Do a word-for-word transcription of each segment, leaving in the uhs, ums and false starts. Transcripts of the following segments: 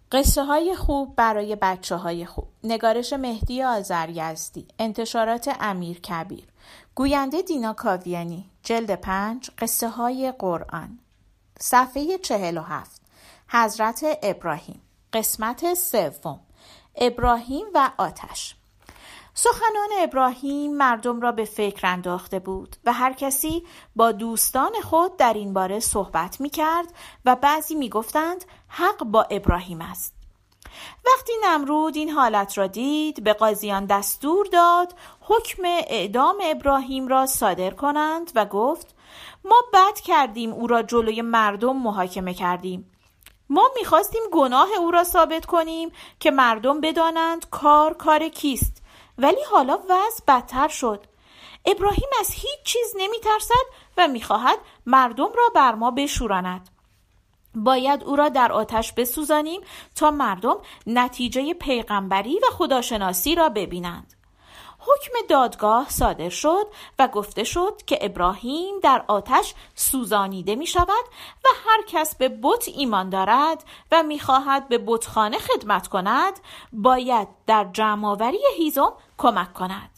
قصه های خوب برای بچه های خوب. نگارش مهدی آذریزدی. انتشارات امیر کبیر. گوینده دینا کاویانی. جلد پنج. قصه های قرآن. صفحه چهل و هفت. حضرت ابراهیم. قسمت سوم. ابراهیم و آتش. سخنان ابراهیم مردم را به فکر انداخته بود و هر کسی با دوستان خود در این باره صحبت می کرد و بعضی می گفتند حق با ابراهیم است. وقتی نمرود این حالت را دید، به قاضیان دستور داد حکم اعدام ابراهیم را صادر کنند و گفت ما بد کردیم او را جلوی مردم محاکمه کردیم. ما می‌خواستیم گناه او را ثابت کنیم که مردم بدانند کار کار کیست، ولی حالا وضع بدتر شد. ابراهیم از هیچ چیز نمی‌ترسد و می‌خواهد مردم را بر ما بشوراند. باید او را در آتش بسوزانیم تا مردم نتیجه پیغمبری و خداشناسی را ببینند. حکم دادگاه صادر شد و گفته شد که ابراهیم در آتش سوزانیده می شود و هر کس به بت ایمان دارد و می خواهد به بتخانه خدمت کند باید در جمع‌آوری هیزم کمک کند.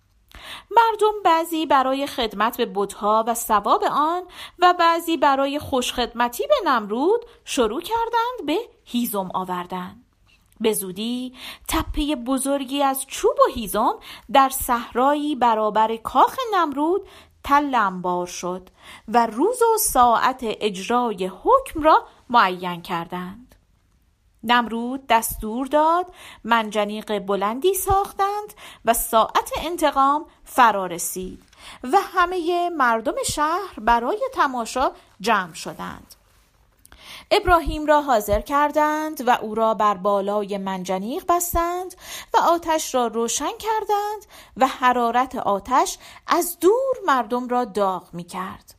مردم بعضی برای خدمت به بت‌ها و ثواب آن و بعضی برای خوشخدمتی به نمرود شروع کردند به هیزم آوردن. به زودی تپه بزرگی از چوب و هیزم در صحرایی برابر کاخ نمرود تل انبار شد و روز و ساعت اجرای حکم را معین کردند. نمرود دستور داد منجنیق بلندی ساختند و ساعت انتقام فرا رسید و همه مردم شهر برای تماشا جمع شدند. ابراهیم را حاضر کردند و او را بر بالای منجنیق بستند و آتش را روشن کردند و حرارت آتش از دور مردم را داغ می کرد.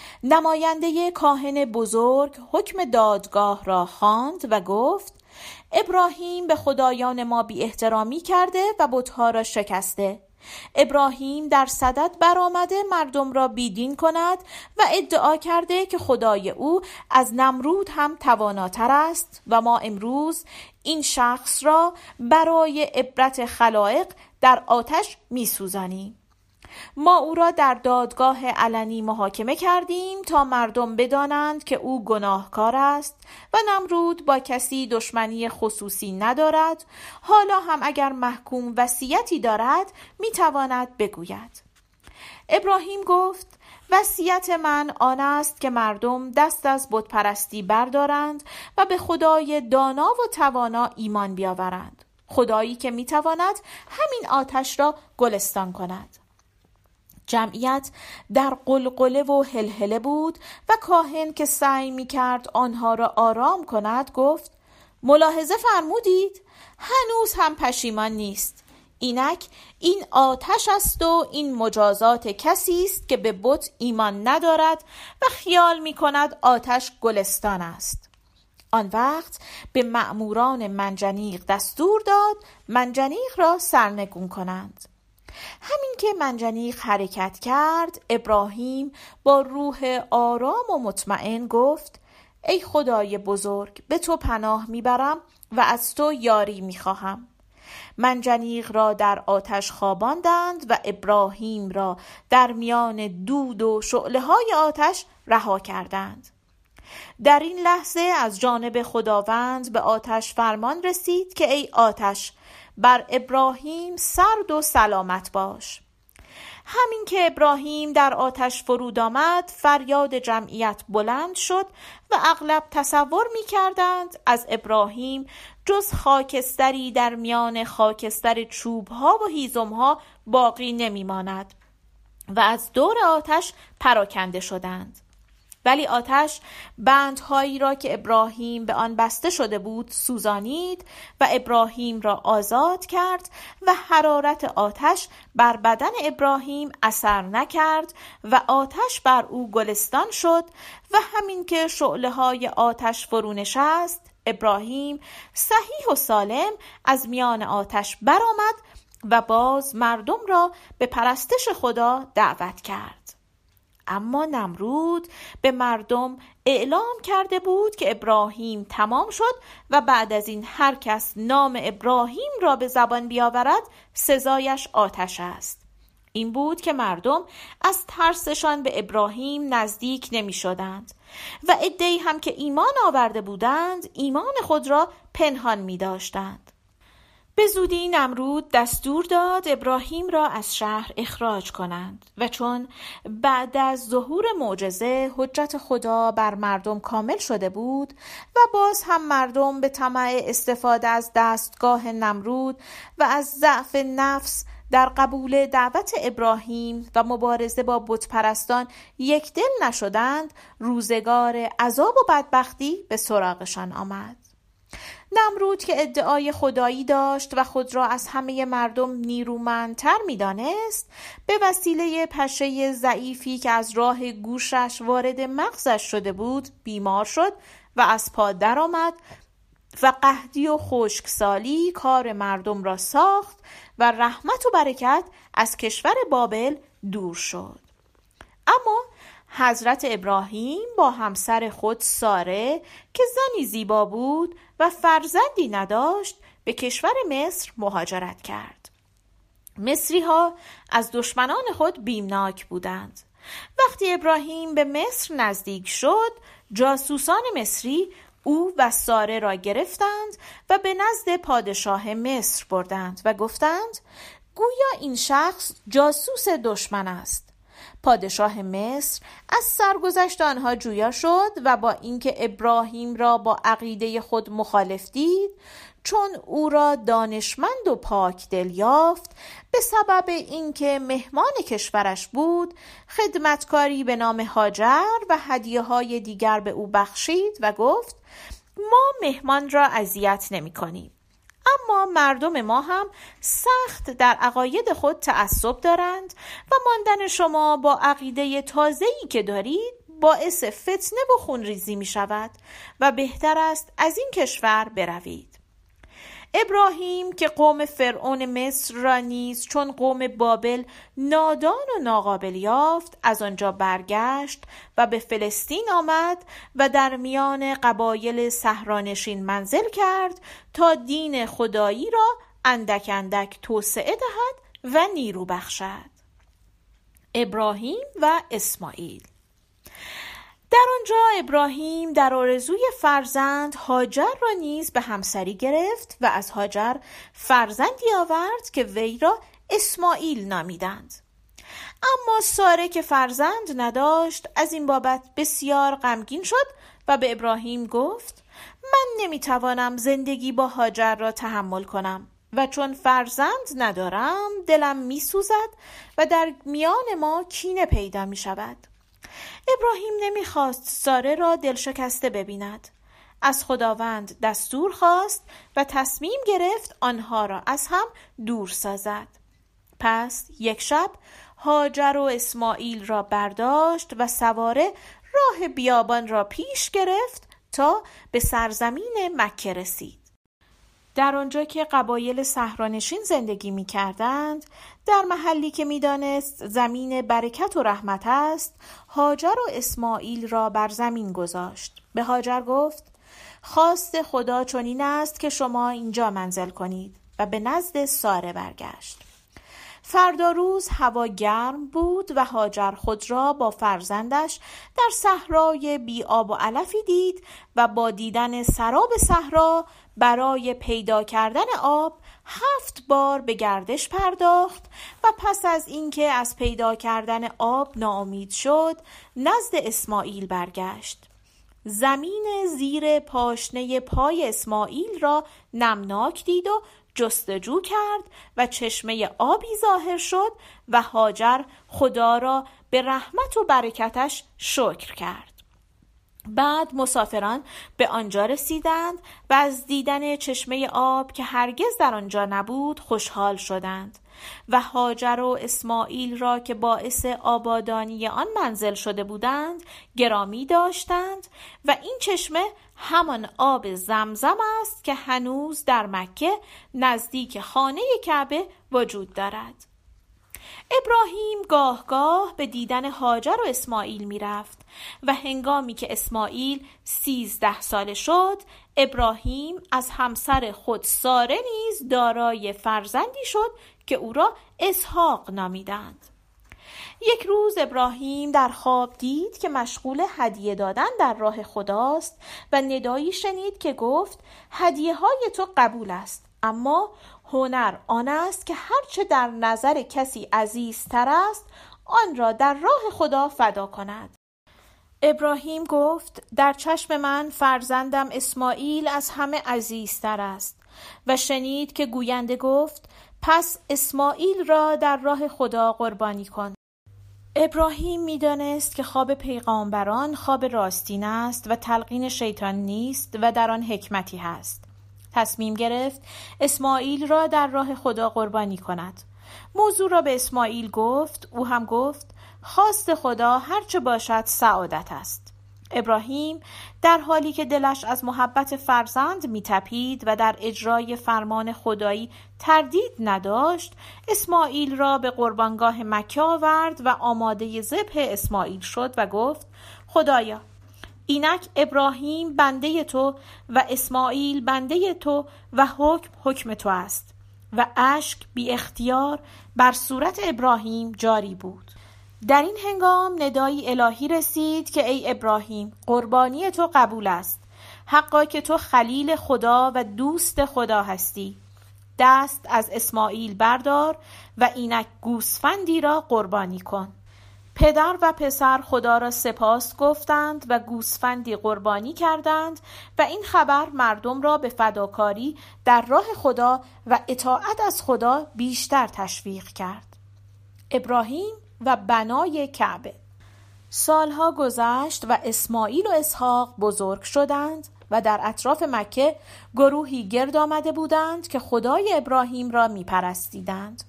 نماینده کاهن بزرگ حکم دادگاه را خواند و گفت ابراهیم به خدایان ما بی احترامی کرده و بتها را شکسته. ابراهیم در صدد برآمده مردم را بیدین کند و ادعا کرده که خدای او از نمرود هم تواناتر است و ما امروز این شخص را برای عبرت خلائق در آتش می سوزانیم. ما او را در دادگاه علنی محاکمه کردیم تا مردم بدانند که او گناهکار است و نمرود با کسی دشمنی خصوصی ندارد. حالا هم اگر محکوم وصیتی دارد میتواند بگوید. ابراهیم گفت وصیت من آن است که مردم دست از بت پرستی بردارند و به خدای دانا و توانا ایمان بیاورند، خدایی که میتواند همین آتش را گلستان کند. جمعیت در قلقله و هلهله بود و کاهن که سعی می کرد آنها را آرام کند گفت ملاحظه فرمودید؟ هنوز هم پشیمان نیست. اینک این آتش است و این مجازات کسی است که به بت ایمان ندارد و خیال می کند آتش گلستان است. آن وقت به مأموران منجنیق دستور داد منجنیق را سرنگون کنند. همین که منجنیق حرکت کرد، ابراهیم با روح آرام و مطمئن گفت ای خدای بزرگ، به تو پناه میبرم و از تو یاری میخواهم. منجنیق را در آتش خواباندند و ابراهیم را در میان دود و شعله‌های آتش رها کردند. در این لحظه از جانب خداوند به آتش فرمان رسید که ای آتش، بر ابراهیم سرد و سلامت باش. همین که ابراهیم در آتش فرود آمد، فریاد جمعیت بلند شد و اغلب تصور می کردند از ابراهیم جز خاکستری در میان خاکستر چوبها و هیزمها باقی نمی ماند و از دور آتش پراکنده شدند. ولی آتش بندهایی را که ابراهیم به آن بسته شده بود سوزانید و ابراهیم را آزاد کرد و حرارت آتش بر بدن ابراهیم اثر نکرد و آتش بر او گلستان شد و همین که شعله‌های آتش فرو نشست، ابراهیم صحیح و سالم از میان آتش برآمد و باز مردم را به پرستش خدا دعوت کرد. اما نمرود به مردم اعلام کرده بود که ابراهیم تمام شد و بعد از این هر کس نام ابراهیم را به زبان بیاورد سزایش آتش است. این بود که مردم از ترسشان به ابراهیم نزدیک نمی شدند و عده‌ای هم که ایمان آورده بودند ایمان خود را پنهان می داشتند. به زودی نمرود دستور داد ابراهیم را از شهر اخراج کنند و چون بعد از ظهور معجزه حجت خدا بر مردم کامل شده بود و باز هم مردم به طمع استفاده از دستگاه نمرود و از ضعف نفس در قبول دعوت ابراهیم و مبارزه با بتپرستان یک دل نشدند، روزگار عذاب و بدبختی به سراغشان آمد. نمرود که ادعای خدایی داشت و خود را از همه مردم نیرومندتر می دانست، به وسیله پشه ضعیفی که از راه گوشش وارد مغزش شده بود بیمار شد و از پا در آمد و قحطی و خشکسالی کار مردم را ساخت و رحمت و برکت از کشور بابل دور شد. اما حضرت ابراهیم با همسر خود ساره که زنی زیبا بود و فرزندی نداشت به کشور مصر مهاجرت کرد. مصری ها از دشمنان خود بیمناک بودند. وقتی ابراهیم به مصر نزدیک شد، جاسوسان مصری او و ساره را گرفتند و به نزد پادشاه مصر بردند و گفتند گویا این شخص جاسوس دشمن است. پادشاه مصر از سرگذشت آنها جویا شد و با اینکه ابراهیم را با عقیده خود مخالف دید، چون او را دانشمند و پاک دل یافت، به سبب اینکه مهمان کشورش بود خدمتکاری به نام هاجر و هدیه‌های دیگر به او بخشید و گفت ما مهمان را اذیت نمی کنیم، اما مردم ما هم سخت در عقاید خود تعصب دارند و ماندن شما با عقیده تازه‌ای که دارید باعث فتنه و خونریزی می شود و بهتر است از این کشور بروید. ابراهیم که قوم فرعون مصر را نیز چون قوم بابل نادان و ناقابل یافت، از آنجا برگشت و به فلسطین آمد و در میان قبایل صحرانشین منزل کرد تا دین خدایی را اندک اندک توسعه دهد و نیرو بخشد. ابراهیم و اسماعیل. در آنجا ابراهیم در آرزوی فرزند هاجر را نیز به همسری گرفت و از هاجر فرزندی آورد که وی را اسماعیل نامیدند. اما ساره که فرزند نداشت از این بابت بسیار غمگین شد و به ابراهیم گفت من نمیتوانم زندگی با هاجر را تحمل کنم و چون فرزند ندارم دلم میسوزد و در میان ما کینه پیدا می شود. ابراهیم نمیخواست ساره را دلشکسته ببیند. از خداوند دستور خواست و تصمیم گرفت آنها را از هم دور سازد. پس یک شب هاجر و اسماعیل را برداشت و سواره راه بیابان را پیش گرفت تا به سرزمین مکه رسید. در آنجا که قبایل صحرانشین زندگی می کردند، در محلی که می دانست زمین برکت و رحمت است، هاجر و اسماعیل را بر زمین گذاشت. به هاجر گفت خواست خدا چنین است که شما اینجا منزل کنید و به نزد ساره برگشت. فردا روز هوا گرم بود و هاجر خود را با فرزندش در صحرای بی آب و علفی دید و با دیدن سراب صحرا برای پیدا کردن آب هفت بار به گردش پرداخت و پس از اینکه از پیدا کردن آب ناامید شد نزد اسماعیل برگشت. زمین زیر پاشنه پای اسماعیل را نمناک دید و جستجو کرد و چشمه آبی ظاهر شد و هاجر خدا را به رحمت و برکتش شکر کرد. بعد مسافران به آنجا رسیدند و از دیدن چشمه آب که هرگز در آنجا نبود خوشحال شدند و هاجر و اسماعیل را که باعث آبادانی آن منزل شده بودند گرامی داشتند و این چشمه همان آب زمزم است که هنوز در مکه نزدیک خانه کعبه وجود دارد. ابراهیم گاه گاه به دیدن هاجر و اسماعیل می رفت و هنگامی که اسماعیل سیزده ساله شد، ابراهیم از همسر خود ساره نیز دارای فرزندی شد که او را اسحاق نامیدند. یک روز ابراهیم در خواب دید که مشغول هدیه دادن در راه خداست و ندایی شنید که گفت هدیه های تو قبول است، اما هنر آن است که هرچه در نظر کسی عزیزتر است آن را در راه خدا فدا کند. ابراهیم گفت در چشم من فرزندم اسماعیل از همه عزیزتر است و شنید که گوینده گفت پس اسماعیل را در راه خدا قربانی کن. ابراهیم می‌دانست که خواب پیغامبران خواب راستین است و تلقین شیطان نیست و در آن حکمتی هست. تصمیم گرفت اسماعیل را در راه خدا قربانی کند. موضوع را به اسماعیل گفت، او هم گفت خواست خدا هرچه باشد سعادت است. ابراهیم در حالی که دلش از محبت فرزند می‌تپید و در اجرای فرمان خدایی تردید نداشت، اسماعیل را به قربانگاه مکه آورد و آماده ذبح اسماعیل شد و گفت خدایا اینک ابراهیم بنده تو و اسماعیل بنده تو و حکم حکم تو است. و اشک بی اختیار بر صورت ابراهیم جاری بود. در این هنگام ندایی الهی رسید که ای ابراهیم قربانی تو قبول است، حقا که تو خلیل خدا و دوست خدا هستی. دست از اسماعیل بردار و اینک گوسفندی را قربانی کن. پدر و پسر خدا را سپاس گفتند و گوسفندی قربانی کردند و این خبر مردم را به فداکاری در راه خدا و اطاعت از خدا بیشتر تشویق کرد. ابراهیم و بنای کعبه. سالها گذشت و اسماعیل و اسحاق بزرگ شدند و در اطراف مکه گروهی گرد آمده بودند که خدای ابراهیم را می پرستیدند.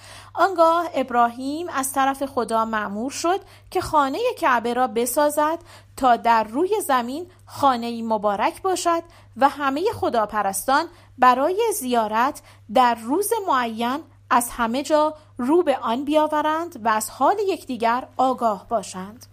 آنگاه ابراهیم از طرف خدا مأمور شد که خانه کعبه را بسازد تا در روی زمین خانه‌ای مبارک باشد و همه خداپرستان برای زیارت در روز معین از همه جا رو به آن بیاورند و از حال یکدیگر آگاه باشند.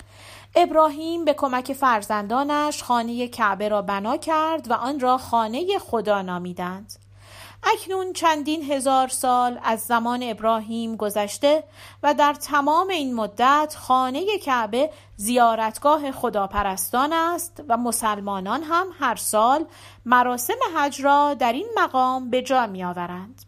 ابراهیم به کمک فرزندانش خانه کعبه را بنا کرد و آن را خانه خدا نامیدند. اکنون چندین هزار سال از زمان ابراهیم گذشته و در تمام این مدت خانه کعبه زیارتگاه خداپرستان است و مسلمانان هم هر سال مراسم حج را در این مقام به جا می آورند.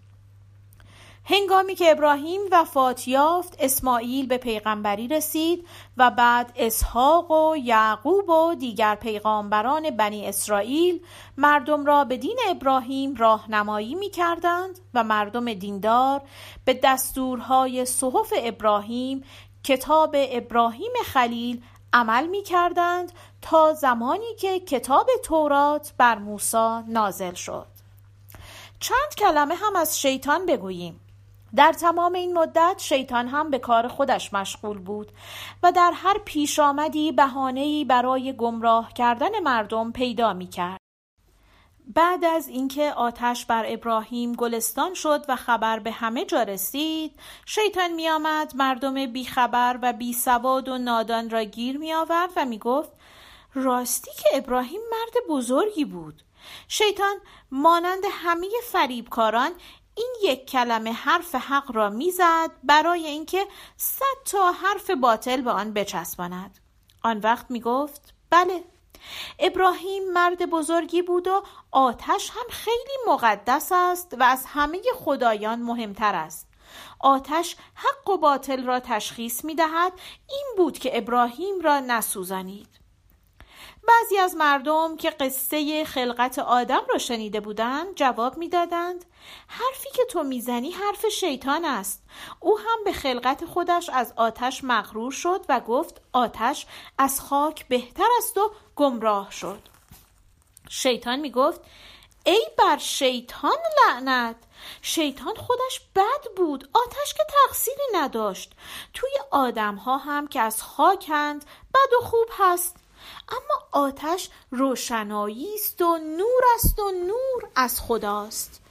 هنگامی که ابراهیم وفات یافت، اسماعیل به پیغمبری رسید و بعد اسحاق و یعقوب و دیگر پیغامبران بنی اسرائیل مردم را به دین ابراهیم راهنمایی می کردند و مردم دیندار به دستورهای صحف ابراهیم، کتاب ابراهیم خلیل عمل می کردند تا زمانی که کتاب تورات بر موسی نازل شد. چند کلمه هم از شیطان بگوییم. در تمام این مدت شیطان هم به کار خودش مشغول بود و در هر پیش آمدی بهانه‌ای برای گمراه کردن مردم پیدا می کرد. بعد از اینکه آتش بر ابراهیم گلستان شد و خبر به همه جا رسید، شیطان می آمد مردم بیخبر و بی سواد و نادان را گیر می آورد و می گفت راستی که ابراهیم مرد بزرگی بود. شیطان مانند همه فریبکاران این یک کلمه حرف حق را میزد برای اینکه صد تا حرف باطل به آن بچسباند. آن وقت میگفت بله، ابراهیم مرد بزرگی بود و آتش هم خیلی مقدس است و از همه خدایان مهمتر است. آتش حق و باطل را تشخیص میدهد. این بود که ابراهیم را نسوزانید. بعضی از مردم که قصه خلقت آدم را شنیده بودند جواب میدادند حرفی که تو میزنی حرف شیطان است. او هم به خلقت خودش از آتش مغرور شد و گفت آتش از خاک بهتر است و گمراه شد. شیطان میگفت ای بر شیطان لعنت، شیطان خودش بد بود، آتش که تقصیری نداشت. توی آدم ها هم که از خاکند بد و خوب هست، اما آتش روشنایی است و نور است و نور از خداست.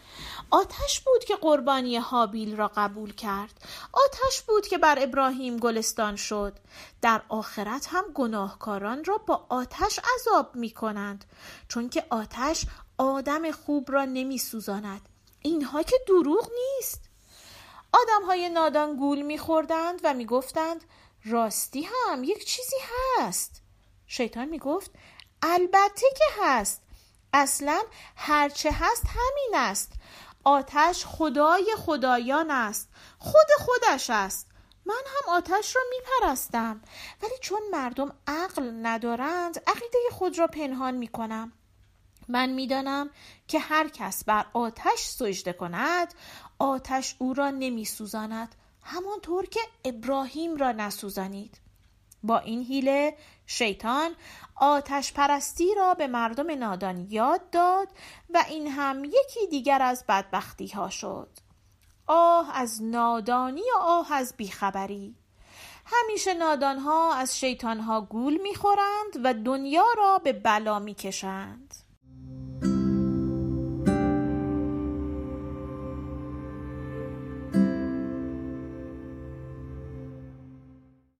آتش بود که قربانی هابیل را قبول کرد. آتش بود که بر ابراهیم گلستان شد. در آخرت هم گناهکاران را با آتش عذاب می کنند، چون که آتش آدم خوب را نمی سوزاند. اینها که دروغ نیست. آدم های نادان گول می خوردند و می گفتند راستی هم یک چیزی هست. شیطان می گفت البته که هست. اصلا هرچه هست همین است. آتش خدای خدایان است. خود خودش است. من هم آتش را می پرستم، ولی چون مردم عقل ندارند عقیده خود را پنهان می کنم. من می دانم که هر کس بر آتش سجده کند آتش او را نمی سوزاند، همانطور که ابراهیم را نسوزانید. با این حیله شیطان آتش پرستی را به مردم نادان یاد داد و این هم یکی دیگر از بدبختی ها شد. آه از نادانی و آه از بیخبری. همیشه نادان ها از شیطان ها گول می خورند و دنیا را به بلا می کشند.